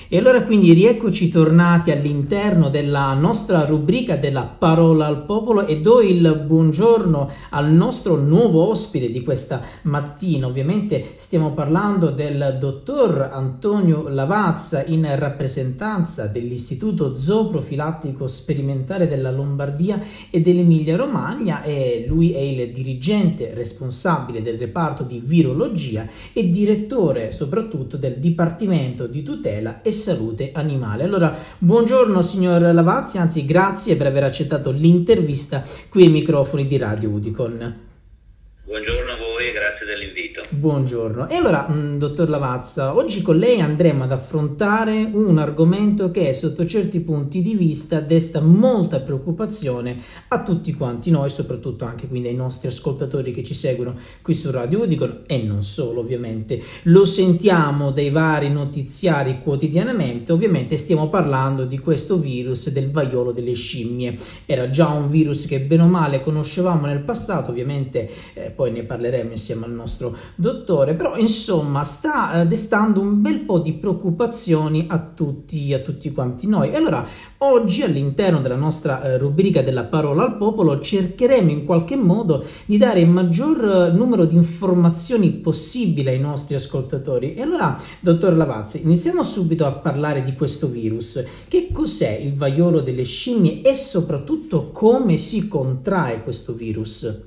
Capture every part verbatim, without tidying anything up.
E allora quindi rieccoci tornati all'interno della nostra rubrica della Parola al Popolo e do il buongiorno al nostro nuovo ospite di questa mattina. Ovviamente stiamo parlando del dottor Antonio Lavazza in rappresentanza dell'Istituto Zooprofilattico Sperimentale della Lombardia e dell'Emilia Romagna, e lui è il dirigente responsabile del reparto di virologia e direttore soprattutto del Dipartimento di Tutela e Salute Animale. Allora, buongiorno signor Lavazza, anzi grazie per aver accettato l'intervista qui ai microfoni di Radio Udicon. Buongiorno a voi e grazie dell'invito. Buongiorno. E allora, mh, dottor Lavazza, oggi con lei andremo ad affrontare un argomento che sotto certi punti di vista desta molta preoccupazione a tutti quanti noi, soprattutto anche quindi ai nostri ascoltatori che ci seguono qui su Radio Udicon e non solo, ovviamente. Lo sentiamo dai vari notiziari quotidianamente, ovviamente stiamo parlando di questo virus del vaiolo delle scimmie. Era già un virus che bene o male conoscevamo nel passato, ovviamente eh, poi ne parleremo insieme al nostro dottore, però insomma sta eh, destando un bel po' di preoccupazioni a tutti, a tutti quanti noi. E allora oggi all'interno della nostra eh, rubrica della Parola al Popolo cercheremo in qualche modo di dare il maggior eh, numero di informazioni possibile ai nostri ascoltatori. E allora, dottor Lavazza, iniziamo subito a parlare di questo virus. Che cos'è il vaiolo delle scimmie e soprattutto come si contrae questo virus?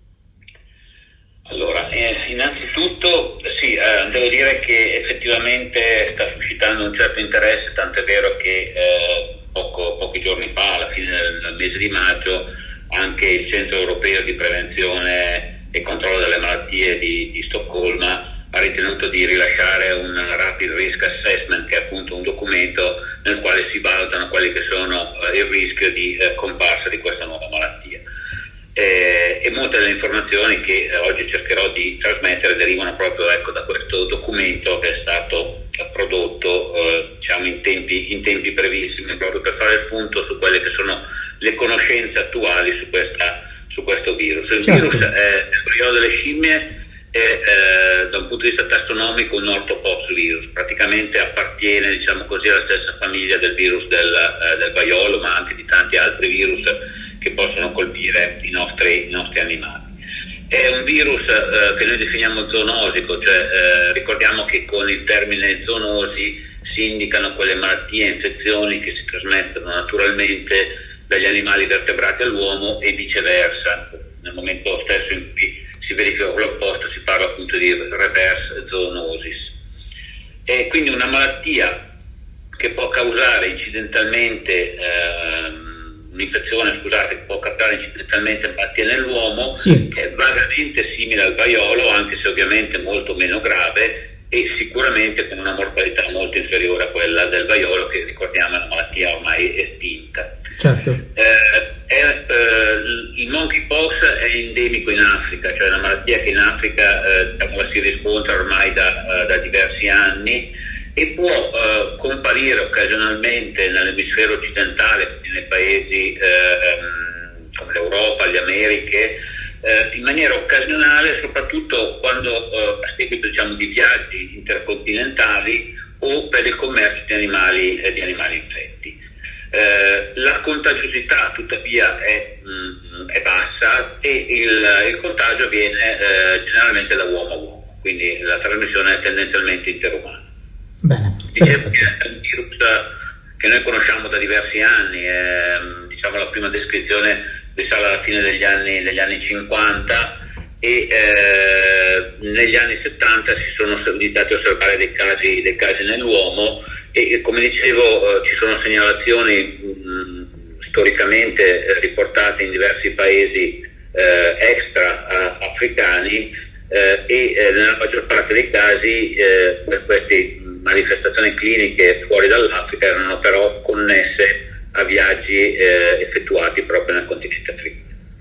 Allora, eh, innanzitutto sì, eh, devo dire che effettivamente sta suscitando un certo interesse, tant'è vero che eh, poco, pochi giorni fa, alla fine del, del mese di maggio, anche il Centro Europeo di Prevenzione e Controllo delle Malattie di, di Stoccolma ha ritenuto di rilasciare un Rapid Risk Assessment, che è appunto un documento nel quale si valutano quelli che sono eh, il rischio di eh, comparsa di questa nuova malattia. Eh, e molte delle informazioni che eh, oggi cercherò di trasmettere derivano proprio ecco, da questo documento che è stato eh, prodotto eh, diciamo in tempi, in tempi brevissimi, proprio per fare il punto su quelle che sono le conoscenze attuali su, questa, su questo virus. Il certo. virus è il vaiolo delle scimmie è eh, da un punto di vista tassonomico un orthopox virus, praticamente appartiene diciamo così alla stessa famiglia del virus del, eh, del vaiolo, ma anche di tanti altri virus che possono colpire i nostri, i nostri animali. È un virus eh, che noi definiamo zoonosico, cioè eh, ricordiamo che con il termine zoonosi si indicano quelle malattie e infezioni che si trasmettono naturalmente dagli animali vertebrati all'uomo e viceversa. Nel momento stesso in cui si verifica l'opposto si parla appunto di reverse zoonosis. È quindi una malattia che può causare incidentalmente eh, un'infezione, scusate, che può causare incidentalmente malattie nell'uomo, sì. Che è vagamente simile al vaiolo, anche se ovviamente molto meno grave e sicuramente con una mortalità molto inferiore a quella del vaiolo, che ricordiamo è una malattia ormai estinta. Certo. Eh, è, eh, il monkeypox è endemico in Africa, cioè una malattia che in Africa eh, diciamo, si riscontra ormai da, uh, da diversi anni e può uh, comparire occasionalmente nell'emisfero occidentale, quindi nei paesi eh, come l'Europa, le Americhe, eh, in maniera occasionale, soprattutto quando uh, a seguito diciamo, di viaggi intercontinentali o per il commercio di animali, eh, di animali infetti. Eh, la contagiosità tuttavia è, mh, è bassa e il, il contagio avviene eh, generalmente da uomo a uomo, quindi la trasmissione è tendenzialmente interumana. Bene, Dicevo che è un virus che noi conosciamo da diversi anni, eh, diciamo la prima descrizione risale alla fine degli anni, degli anni cinquanta e eh, negli anni settanta si sono iniziati a osservare dei casi, dei casi nell'uomo e, e come dicevo eh, ci sono segnalazioni mh, storicamente eh, riportate in diversi paesi eh, extra eh, africani eh, e eh, nella maggior parte dei casi eh, per queste manifestazioni cliniche fuori dall'Africa erano però connesse a viaggi eh, effettuati proprio nel continente africano.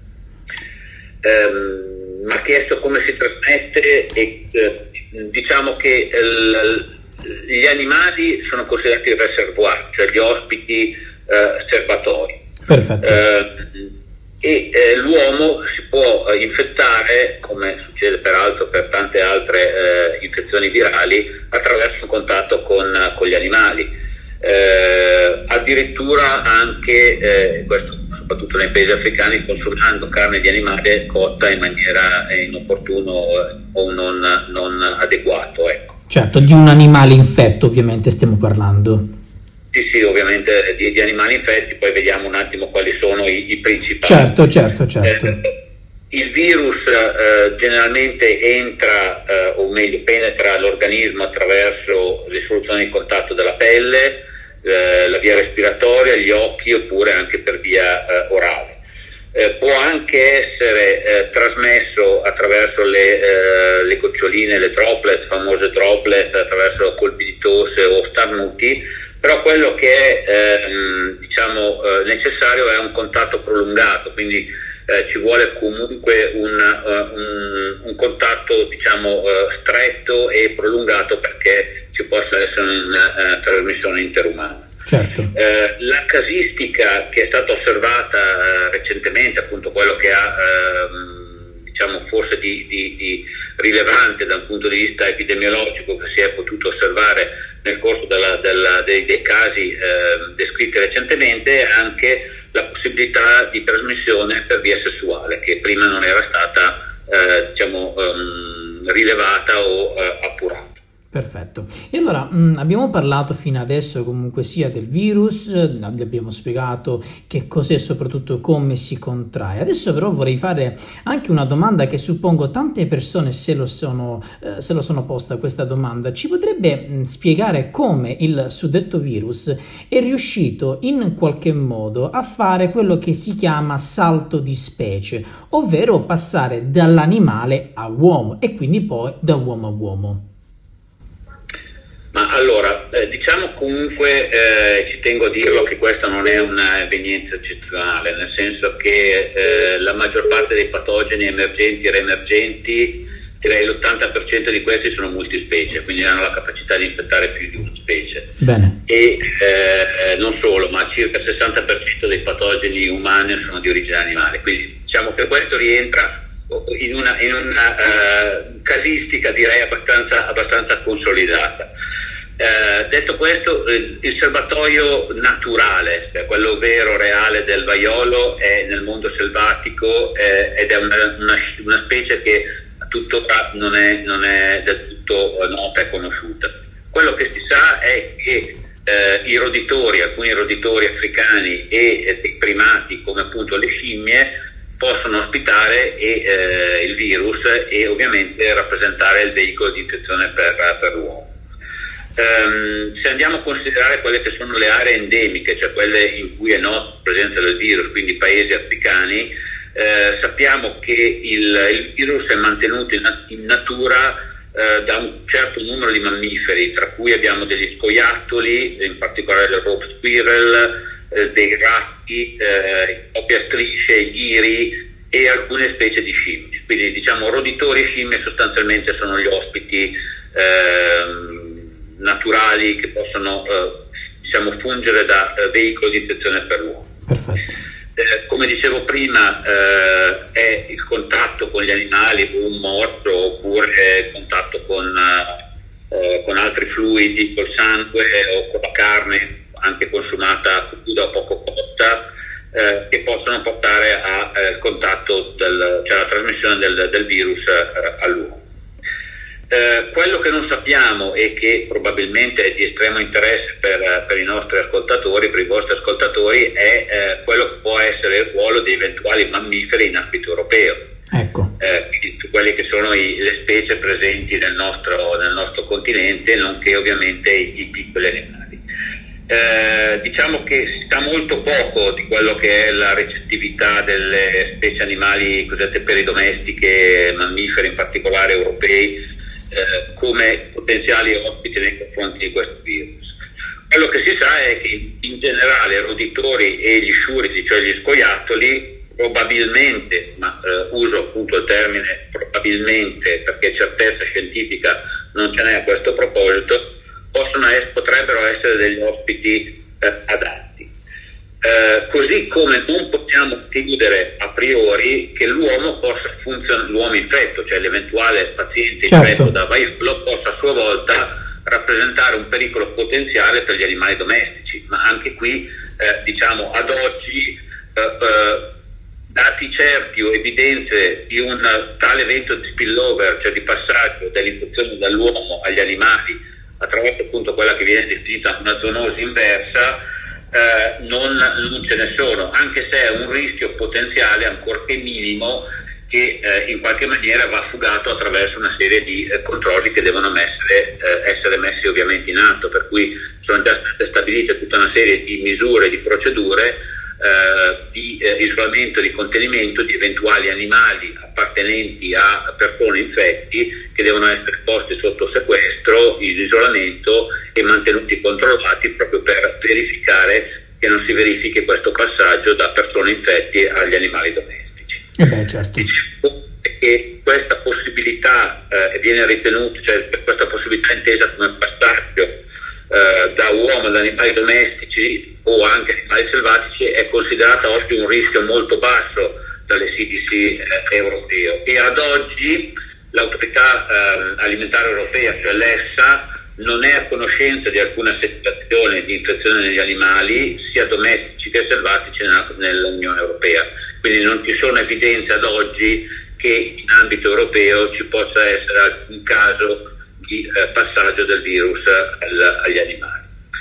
Um, mi ha chiesto come si trasmette e eh, diciamo che il, gli animali sono considerati reservoir, cioè gli ospiti eh, serbatori. Perfetto. Uh, e eh, l'uomo si può eh, infettare, come succede peraltro per tante altre eh, infezioni virali, attraverso un contatto con, con gli animali. eh, addirittura anche, eh, questo soprattutto nei paesi africani, consumando carne di animale cotta in maniera inopportuna o non, non adeguato. Ecco. Certo, di un animale infetto ovviamente stiamo parlando. Sì, sì, ovviamente di, di animali infetti, poi vediamo un attimo quali sono i, i principali. Certo, certo, certo. Eh, il virus eh, generalmente entra, eh, o meglio penetra l'organismo attraverso le soluzioni di contatto della pelle, eh, la via respiratoria, gli occhi, oppure anche per via eh, orale. Eh, può anche essere eh, trasmesso attraverso le, eh, le goccioline, le droplet, famose droplet, attraverso colpi di tosse o starnuti, però quello che è eh, diciamo, eh, necessario è un contatto prolungato, quindi eh, ci vuole comunque un, uh, un, un contatto diciamo, uh, stretto e prolungato perché ci possa essere una uh, trasmissione interumana. Certo. Eh, la casistica che è stata osservata uh, recentemente, appunto quello che ha uh, diciamo forse di, di, di rilevante dal punto di vista epidemiologico che si è potuto osservare nel corso della, della, dei, dei casi eh, descritti recentemente, è anche la possibilità di trasmissione per via sessuale, che prima non era stata eh, diciamo, um, rilevata o uh, appurata. Perfetto. E allora mh, abbiamo parlato fino adesso comunque sia del virus, abbiamo spiegato che cos'è, soprattutto come si contrae. Adesso però vorrei fare anche una domanda che suppongo tante persone se lo sono, eh, se lo sono posta questa domanda. Ci potrebbe mh, spiegare come il suddetto virus è riuscito in qualche modo a fare quello che si chiama salto di specie, ovvero passare dall'animale all'uomo e quindi poi da uomo a uomo? Ma allora, eh, diciamo comunque, eh, ci tengo a dirlo che questa non è una evenienza eccezionale, nel senso che eh, la maggior parte dei patogeni emergenti e reemergenti, direi l'ottanta per cento di questi sono multispecie, quindi hanno la capacità di infettare più di una specie. Bene. E eh, non solo, ma circa il sessanta per cento dei patogeni umani sono di origine animale, quindi diciamo che questo rientra in una, in una uh, casistica direi abbastanza, abbastanza consolidata. Eh, detto questo, eh, il serbatoio naturale, cioè quello vero, reale del vaiolo, è nel mondo selvatico eh, ed è una, una, una specie che tuttora non è, non è del tutto nota e conosciuta. Quello che si sa è che eh, i roditori, alcuni roditori africani e eh, dei primati come appunto le scimmie possono ospitare e, eh, il virus e ovviamente rappresentare il veicolo di infezione per, per l'uomo. Um, se andiamo a considerare quelle che sono le aree endemiche, cioè quelle in cui è nota la presenza del virus, quindi paesi africani, eh, sappiamo che il, il virus è mantenuto in, in natura eh, da un certo numero di mammiferi, tra cui abbiamo degli scoiattoli, in particolare il rock squirrel, eh, dei ratti, eh, proprio a strisce, ghiri e alcune specie di scimmie. Quindi diciamo roditori e scimmie sostanzialmente sono gli ospiti eh, naturali che possono eh, diciamo fungere da eh, veicolo di infezione per l'uomo. Perfetto. Eh, come dicevo prima, eh, è il contatto con gli animali, un morso oppure il contatto con, eh, con altri fluidi, col sangue o con la carne anche consumata cruda o poco cotta, eh, che possono portare al eh, contatto, del, cioè alla trasmissione del, del virus eh, all'uomo. Eh, quello che non sappiamo e che probabilmente è di estremo interesse per, per i nostri ascoltatori, per i vostri ascoltatori, è eh, quello che può essere il ruolo di eventuali mammiferi in ambito europeo. Ecco. Eh, quelli che sono i, le specie presenti nel nostro, nel nostro continente, nonché ovviamente i, i piccoli animali. Eh, diciamo che si sa molto poco di quello che è la recettività delle specie animali cosiddette peridomestiche, mammiferi in particolare europei, Eh, come potenziali ospiti nei confronti di questo virus. Quello che si sa è che in generale i roditori e gli sciuriti, cioè gli scoiattoli, probabilmente, ma eh, uso appunto il termine probabilmente perché certezza scientifica non ce n'è a questo proposito, possono essere, potrebbero essere degli ospiti eh, adatti. Eh, così come non possiamo chiudere a priori che l'uomo possa funzionare, l'uomo infetto, cioè l'eventuale paziente certo. infetto da vaiolo, possa a sua volta rappresentare un pericolo potenziale per gli animali domestici, ma anche qui eh, diciamo ad oggi eh, eh, dati certi o evidenze di un tale evento di spillover, cioè di passaggio dell'infezione dall'uomo agli animali attraverso appunto quella che viene definita una zoonosi inversa, eh, non, non ce ne sono, anche se è un rischio potenziale ancorché minimo che eh, in qualche maniera va fugato attraverso una serie di eh, controlli che devono essere, eh, essere messi ovviamente in atto, per cui sono già state stabilite tutta una serie di misure, di procedure eh, di eh, isolamento e di contenimento di eventuali animali appartenenti a persone infetti che devono essere posti sotto sequestro, in isolamento e mantenuti controllati proprio per verificare che non si verifichi questo passaggio da persone infetti agli animali domestici. Eh beh, certo. Dicevo che questa possibilità eh, viene ritenuta, cioè questa possibilità intesa come passaggio eh, da uomo ad animali domestici o anche animali selvatici è considerata oggi un rischio molto basso dalle C D C eh, europeo, e ad oggi l'autorità eh, alimentare europea, cioè l'EFSA, non è a conoscenza di alcuna situazione di infezione negli animali, sia domestici che selvatici, nell'Unione Europea. Quindi non ci sono evidenze ad oggi che in ambito europeo ci possa essere alcun caso di eh, passaggio del virus al, agli animali.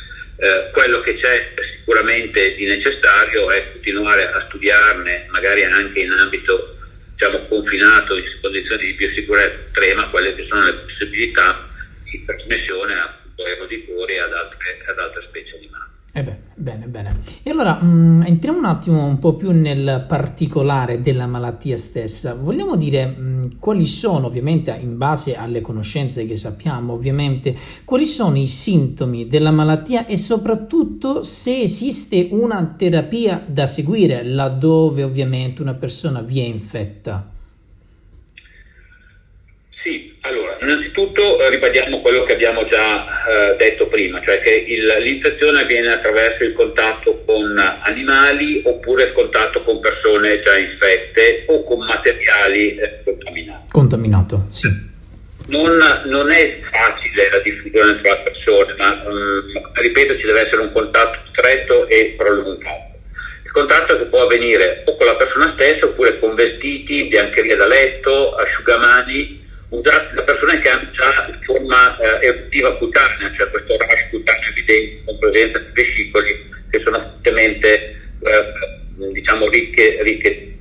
Eh, quello che c'è sicuramente di necessario è continuare a studiarne, magari anche in ambito diciamo confinato, in condizioni di biosicurezza estrema, quelle che sono le possibilità di trasmissione appunto ai roditori e ad altre, ad altre specie animali. Eh beh, bene, bene. E allora mh, entriamo un attimo un po' più nel particolare della malattia stessa. Vogliamo dire mh, quali sono, ovviamente in base alle conoscenze che sappiamo, ovviamente, quali sono i sintomi della malattia e soprattutto se esiste una terapia da seguire laddove ovviamente una persona vi è infetta. Sì, allora, innanzitutto eh, ribadiamo quello che abbiamo già eh, detto prima, cioè che il, l'infezione avviene attraverso il contatto con animali oppure il contatto con persone già infette o con materiali eh, contaminati. Contaminato, sì. Non, non è facile la diffusione tra persone, ma um, ripeto, ci deve essere un contatto stretto e prolungato. Il contatto che può avvenire o con la persona stessa oppure con vestiti, biancheria da letto, asciugamani, usati da persone che hanno già forma eh, eruttiva cutanea, cioè questo rash cutaneo evidente con presenza di vescicoli che sono fortemente eh, diciamo ricche, ricche.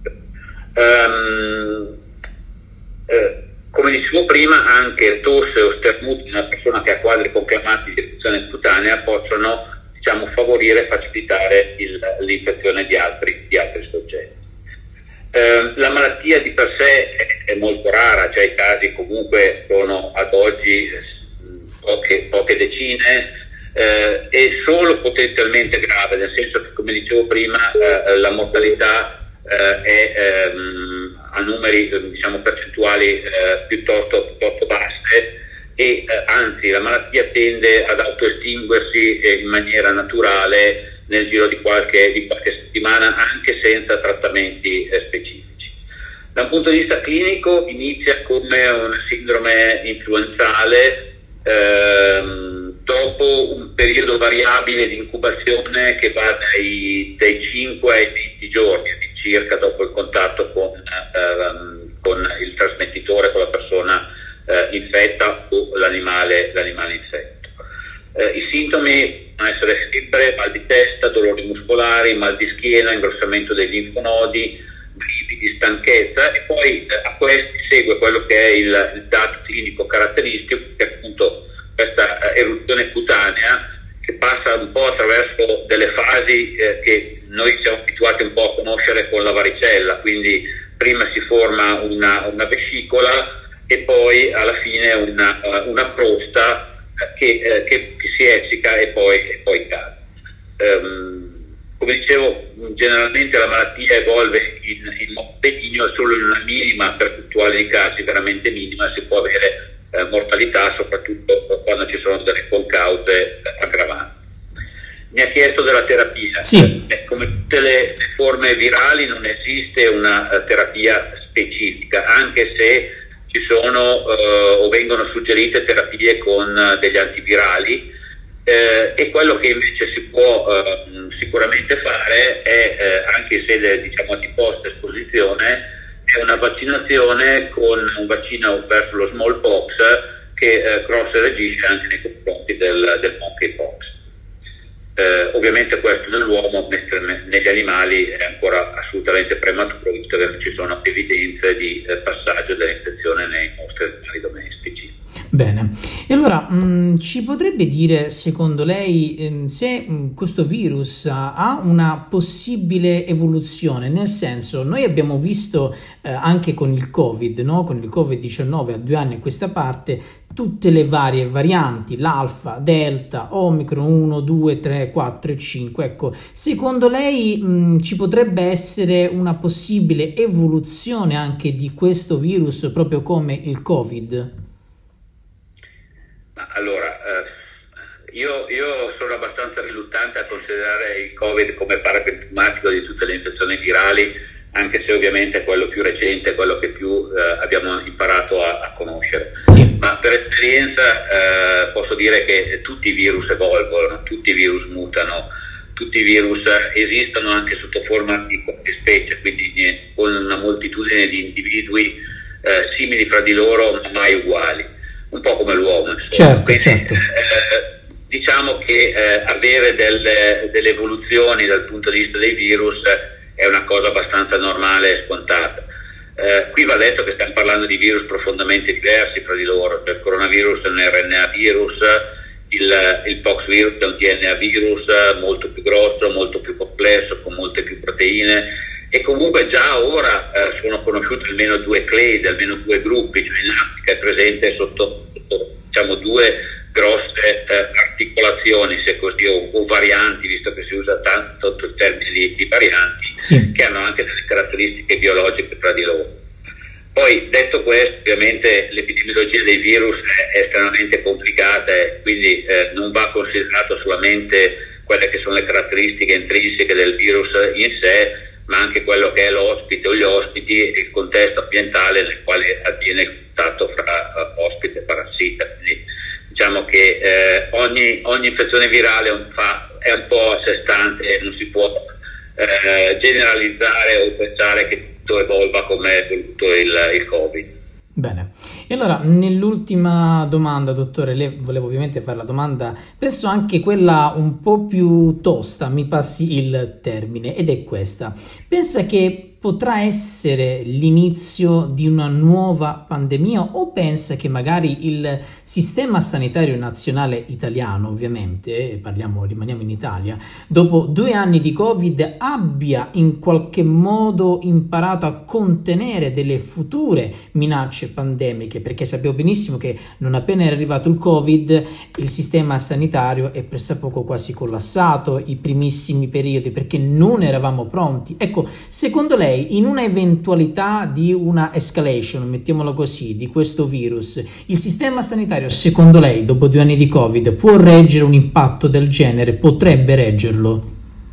Um, eh, come dicevo prima, anche tosse o sternuti di una persona che ha quadri confermati di eruzione cutanea possono diciamo favorire e facilitare il, l'infezione di altri, di altri soggetti. Eh, la malattia di per sé è, è molto rara, cioè i casi comunque sono ad oggi poche, poche decine eh, e solo potenzialmente grave, nel senso che, come dicevo prima, eh, la mortalità eh, è ehm, a numeri diciamo percentuali eh, piuttosto, piuttosto basse e eh, anzi la malattia tende ad autoestinguersi eh, in maniera naturale nel giro di qualche, di qualche settimana, anche senza trattamenti eh, specifici. Da un punto di vista clinico inizia come una sindrome influenzale ehm, dopo un periodo variabile di incubazione che va dai, dai cinque ai venti giorni circa dopo il contatto con, ehm, con il trasmettitore, con la persona eh, infetta o l'animale, l'animale infetto. Eh, I sintomi possono essere febbre, mal di testa, dolori muscolari, mal di schiena, ingrossamento dei linfonodi, brividi, stanchezza, e poi eh, a questi segue quello che è il, il dato clinico caratteristico, che è appunto questa eh, eruzione cutanea che passa un po' attraverso delle fasi eh, che noi siamo abituati un po' a conoscere con la varicella, quindi prima si forma una, una vescicola e poi alla fine una, una crosta Che, eh, che, che si essica e poi, e poi cade. Um, come dicevo, generalmente la malattia evolve in, in modo benigno, solo in una minima percentuale di casi, veramente minima, si può avere eh, mortalità, soprattutto quando ci sono delle concause aggravanti. Mi ha chiesto della terapia. Sì. Eh, come tutte le forme virali non esiste una uh, terapia specifica, anche se ci sono eh, o vengono suggerite terapie con eh, degli antivirali, eh, e quello che invece si può eh, sicuramente fare è, eh, anche in sede diciamo di post esposizione, è una vaccinazione con un vaccino verso lo smallpox che eh, cross reagisce anche nei confronti del, del monkeypox. Eh, ovviamente questo nell'uomo, mentre negli animali è ancora assolutamente prematuro, visto che non ci sono evidenze di eh, passaggio dell'infezione nei nostri animali domestici. Bene, e allora mh, ci potrebbe dire secondo lei eh, se mh, questo virus ha una possibile evoluzione, nel senso noi abbiamo visto eh, anche con il Covid, no? Con il covid diciannove a due anni a questa parte, tutte le varie varianti, l'alfa, delta, omicron uno, due, tre, quattro e cinque, ecco, secondo lei mh, ci potrebbe essere una possibile evoluzione anche di questo virus proprio come il Covid? Allora, eh, io, io sono abbastanza riluttante a considerare il Covid come parasintomatico di tutte le infezioni virali, anche se ovviamente è quello più recente, è quello che più eh, abbiamo imparato a, a conoscere. Sì. Ma per esperienza eh, posso dire che tutti i virus evolvono, tutti i virus mutano, tutti i virus esistono anche sotto forma di specie, quindi con una moltitudine di individui eh, simili fra di loro ma mai uguali. Un po' come l'uomo. Certo, Quindi, certo. Eh, diciamo che eh, avere delle, delle evoluzioni dal punto di vista dei virus è una cosa abbastanza normale e scontata. Eh, qui va detto che stiamo parlando di virus profondamente diversi fra di loro, cioè il coronavirus è un R N A virus, il, il pox virus è un D N A virus molto più grosso, molto più complesso, con molte più proteine, e comunque già ora eh, sono conosciuti almeno due cladi, almeno due gruppi, cioè in Africa è presente sotto, sotto diciamo due grosse eh, articolazioni, se così, o, o varianti, visto che si usa tanto il termine di, di varianti, sì, che hanno anche delle caratteristiche biologiche tra di loro. Poi, detto questo, ovviamente l'epidemiologia dei virus è, è estremamente complicata, e quindi eh, non va considerato solamente quelle che sono le caratteristiche intrinseche del virus in sé, ma anche quello che è l'ospite o gli ospiti e il contesto ambientale nel quale avviene il contatto fra uh, ospite e parassita. Quindi diciamo che eh, ogni, ogni infezione virale è un, fa, è un po' a sé stante, non si può eh, generalizzare o pensare che tutto evolva come è evoluto il, il Covid. Bene, e allora nell'ultima domanda, dottore, le volevo ovviamente fare la domanda, penso anche quella un po' più tosta, mi passi il termine, ed è questa: pensa che potrà essere l'inizio di una nuova pandemia, o pensa che magari il sistema sanitario nazionale italiano, ovviamente, parliamo, rimaniamo in Italia, dopo due anni di Covid abbia in qualche modo imparato a contenere delle future minacce pandemiche, perché sappiamo benissimo che non appena è arrivato il Covid il sistema sanitario è pressappoco quasi collassato, i primissimi periodi, perché non eravamo pronti. Ecco, secondo lei, in una eventualità di una escalation, mettiamolo così, di questo virus, il sistema sanitario, secondo lei, dopo due anni di Covid, può reggere un impatto del genere? Potrebbe reggerlo?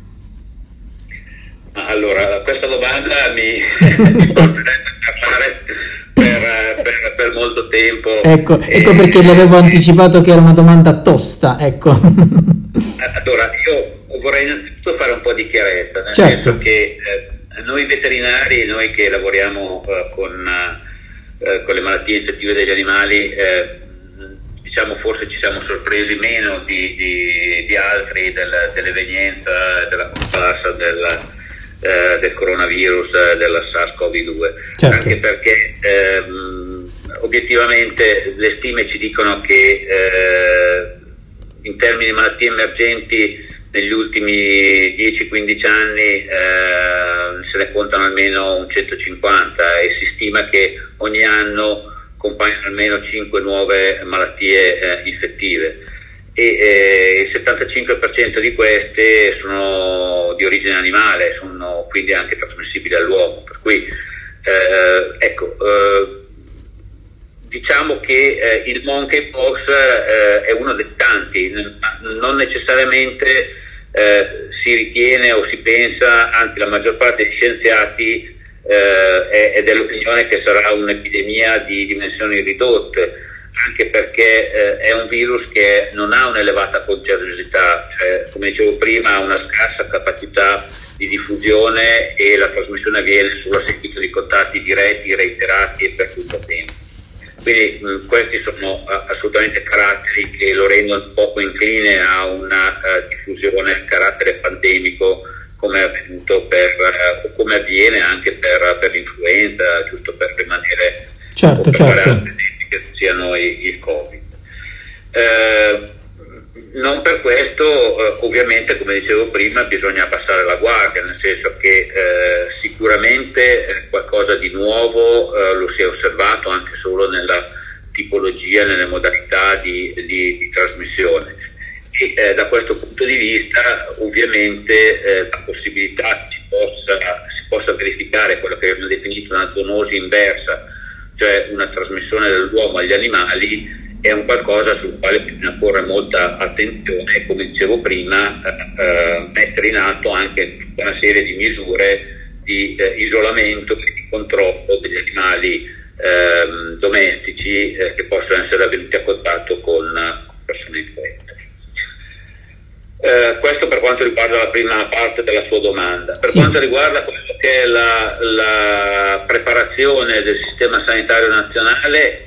Allora, questa domanda mi parlare per, per, per molto tempo. Ecco, e... ecco perché le avevo anticipato che era una domanda tosta, ecco. Allora, io vorrei innanzitutto fare un po' di chiarezza, nel certo. senso che eh, noi veterinari, noi che lavoriamo eh, con, eh, con le malattie infettive degli animali, eh, diciamo forse ci siamo sorpresi meno di, di, di altri del, dell'evenienza, della comparsa del, eh, del coronavirus, eh, della SARS-CoV due, certo. Anche perché ehm, obiettivamente le stime ci dicono che eh, in termini di malattie emergenti negli ultimi dieci quindici anni eh, se ne contano almeno un centocinquanta, e si stima che ogni anno compaiono almeno cinque nuove malattie eh, infettive, e eh, il settantacinque per cento di queste sono di origine animale, sono quindi anche trasmissibili all'uomo, per cui eh, ecco eh, diciamo che eh, il monkeypox eh, è uno dei tanti, non necessariamente eh, si ritiene o si pensa, anzi la maggior parte degli scienziati eh, è, è dell'opinione che sarà un'epidemia di dimensioni ridotte, anche perché eh, è un virus che non ha un'elevata contagiosità, cioè, come dicevo prima, ha una scarsa capacità di diffusione e la trasmissione avviene solo a seguito di contatti diretti, reiterati e per tutto il tempo. Quindi mh, questi sono uh, assolutamente caratteri che lo rendono poco incline a una uh, diffusione a carattere pandemico, come è avvenuto per, uh, come avviene anche per, per l'influenza, giusto per rimanere certo, per certo. che siano il, il Covid. Eh, non per questo, eh, ovviamente, come dicevo prima, bisogna abbassare la guardia, nel senso che eh, sicuramente eh, qualcosa di nuovo eh, lo si è osservato anche solo nella tipologia, nelle modalità di, di, di trasmissione. E eh, da questo punto di vista, ovviamente, eh, la possibilità che si possa, si possa verificare quello che abbiamo definito una zoonosi inversa, cioè una trasmissione dall'uomo agli animali, è un qualcosa sul quale bisogna porre molta attenzione e, come dicevo prima, eh, eh, mettere in atto anche una serie di misure di eh, isolamento e di controllo degli animali eh, domestici eh, che possono essere venuti a contatto con, con persone infette. Eh, questo per quanto riguarda la prima parte della sua domanda. Per sì. quanto riguarda quello che è la, la preparazione del sistema sanitario nazionale,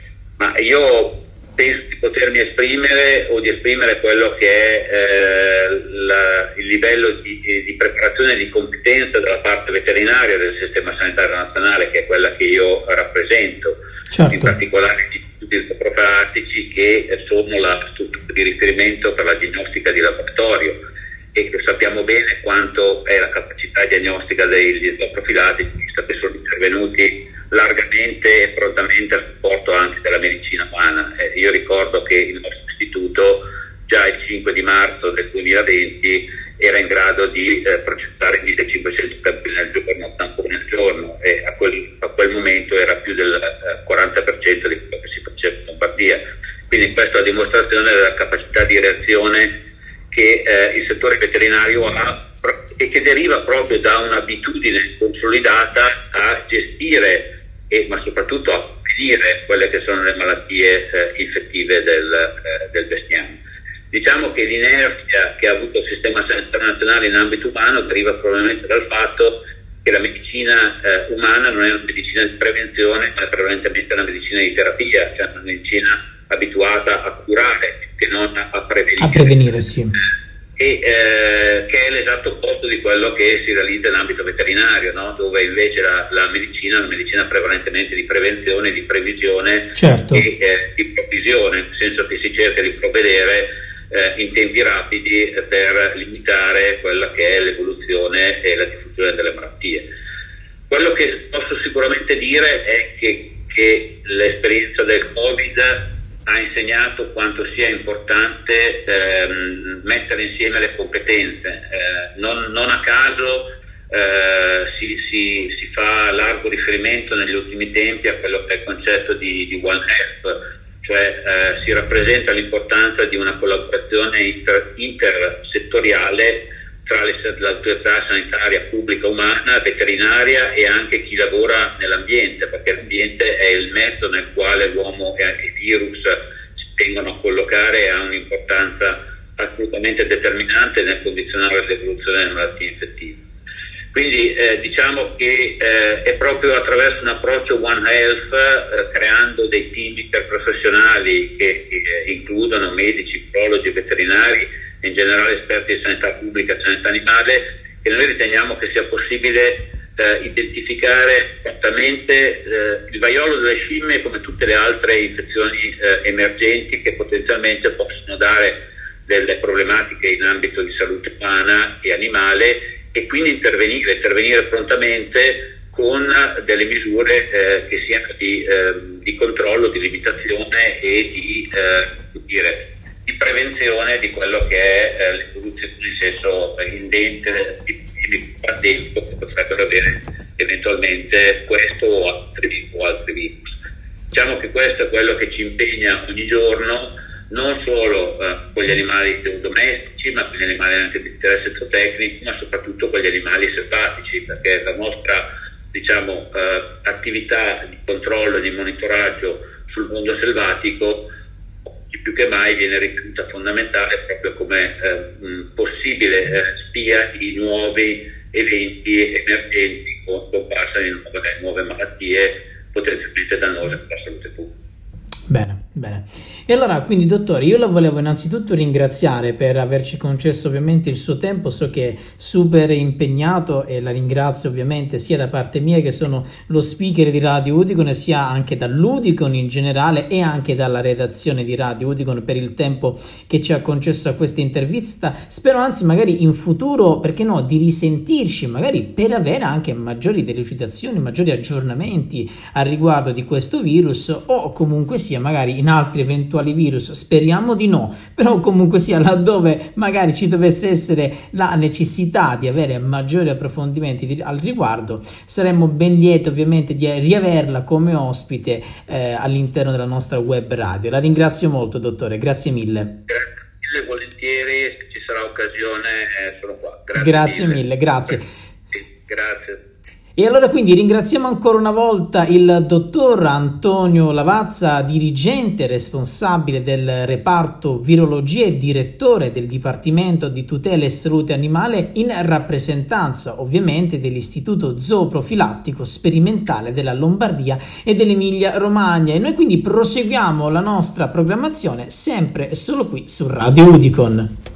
ma io penso di potermi esprimere o di esprimere quello che è eh, la, il livello di, di preparazione e di competenza della parte veterinaria del sistema sanitario nazionale, che è quella che io rappresento, certo. In particolare gli istituti zooprofilattici, che sono la struttura di riferimento per la diagnostica di laboratorio, e sappiamo bene quanto è la capacità diagnostica degli zooprofilattici, visto che sono intervenuti largamente e prontamente a supporto anche della medicina umana. Eh, io ricordo che il nostro istituto già il cinque di marzo del duemilaventi era in grado di eh, processare millecinquecento tamponi al giorno, tamponi al giorno, e a quel, a quel momento era più del eh, quaranta per cento di quello che si faceva in Lombardia. Quindi questa è la dimostrazione della capacità di reazione che eh, il settore veterinario ha e che deriva proprio da un'abitudine consolidata a gestire e ma soprattutto a prevenire quelle che sono le malattie eh, infettive del, eh, del bestiame. Diciamo che l'inerzia che ha avuto il sistema sanitario nazionale in ambito umano deriva probabilmente dal fatto che la medicina eh, umana non è una medicina di prevenzione, ma è prevalentemente una medicina di terapia, cioè una medicina abituata a curare che non a prevenire. A prevenire, sì. E eh, che è l'esatto opposto di quello che si realizza in ambito veterinario, no? Dove invece la, la medicina è una medicina prevalentemente di prevenzione, di previsione, certo. e eh, di provvisione, nel senso che si cerca di provvedere eh, in tempi rapidi per limitare quella che è l'evoluzione e la diffusione delle malattie. Quello che posso sicuramente dire è che, che l'esperienza del Covid ha insegnato quanto sia importante ehm, mettere insieme le competenze. Eh, non, non a caso eh, si, si, si fa largo riferimento negli ultimi tempi a quello che è il concetto di, di One Health, cioè eh, si rappresenta l'importanza di una collaborazione inter, intersettoriale tra le, l'autorità sanitaria pubblica umana, veterinaria e anche chi lavora nell'ambiente, perché l'ambiente è il mezzo nel quale l'uomo e anche i virus si vengono a collocare e ha un'importanza assolutamente determinante nel condizionare l'evoluzione delle malattie infettive. Quindi eh, diciamo che eh, è proprio attraverso un approccio One Health, eh, creando dei team interprofessionali che eh, includono medici, biologi, veterinari, in generale esperti di sanità pubblica e sanità animale, che noi riteniamo che sia possibile eh, identificare esattamente eh, il vaiolo delle scimmie come tutte le altre infezioni eh, emergenti che potenzialmente possono dare delle problematiche in ambito di salute umana e animale, e quindi intervenire, intervenire prontamente con delle misure eh, che siano di, eh, di controllo, di limitazione e di, eh, dire, di prevenzione di quello che è eh, l'evoluzione in senso indente di pandemico che potrebbero avere eventualmente questo o altri, o altri virus. Diciamo che questo è quello che ci impegna ogni giorno, non solo eh, con gli animali domestici, ma con gli animali anche di interesse zootecnico, ma soprattutto con gli animali selvatici, perché la nostra diciamo, eh, attività di controllo e di monitoraggio sul mondo selvatico più che mai viene ritenuta fondamentale proprio come eh, possibile eh, spia di nuovi eventi emergenti o comparsa di nuove, nuove malattie potenzialmente dannose per la salute pubblica. Bene, bene. E allora, quindi dottore, io la volevo innanzitutto ringraziare per averci concesso ovviamente il suo tempo, so che è super impegnato e la ringrazio ovviamente sia da parte mia che sono lo speaker di Radio Udicon, sia anche dall'Udicon in generale e anche dalla redazione di Radio Udicon per il tempo che ci ha concesso a questa intervista. Spero anzi magari in futuro, perché no, di risentirci magari per avere anche maggiori delucidazioni, maggiori aggiornamenti al riguardo di questo virus o comunque sia magari in altri eventuali virus, speriamo di no, però comunque sia laddove magari ci dovesse essere la necessità di avere maggiori approfondimenti di, al riguardo, saremmo ben lieti ovviamente di riaverla come ospite eh, all'interno della nostra web radio. La ringrazio molto dottore, grazie mille. Grazie mille, volentieri, se ci sarà occasione eh, sono qua. Grazie, grazie mille. mille, grazie. Sì, grazie. E allora quindi ringraziamo ancora una volta il dottor Antonio Lavazza, dirigente responsabile del reparto virologia e direttore del Dipartimento di Tutela e Salute Animale, in rappresentanza ovviamente dell'Istituto Zooprofilattico Sperimentale della Lombardia e dell'Emilia Romagna. E noi quindi proseguiamo la nostra programmazione sempre e solo qui su Radio Udicon.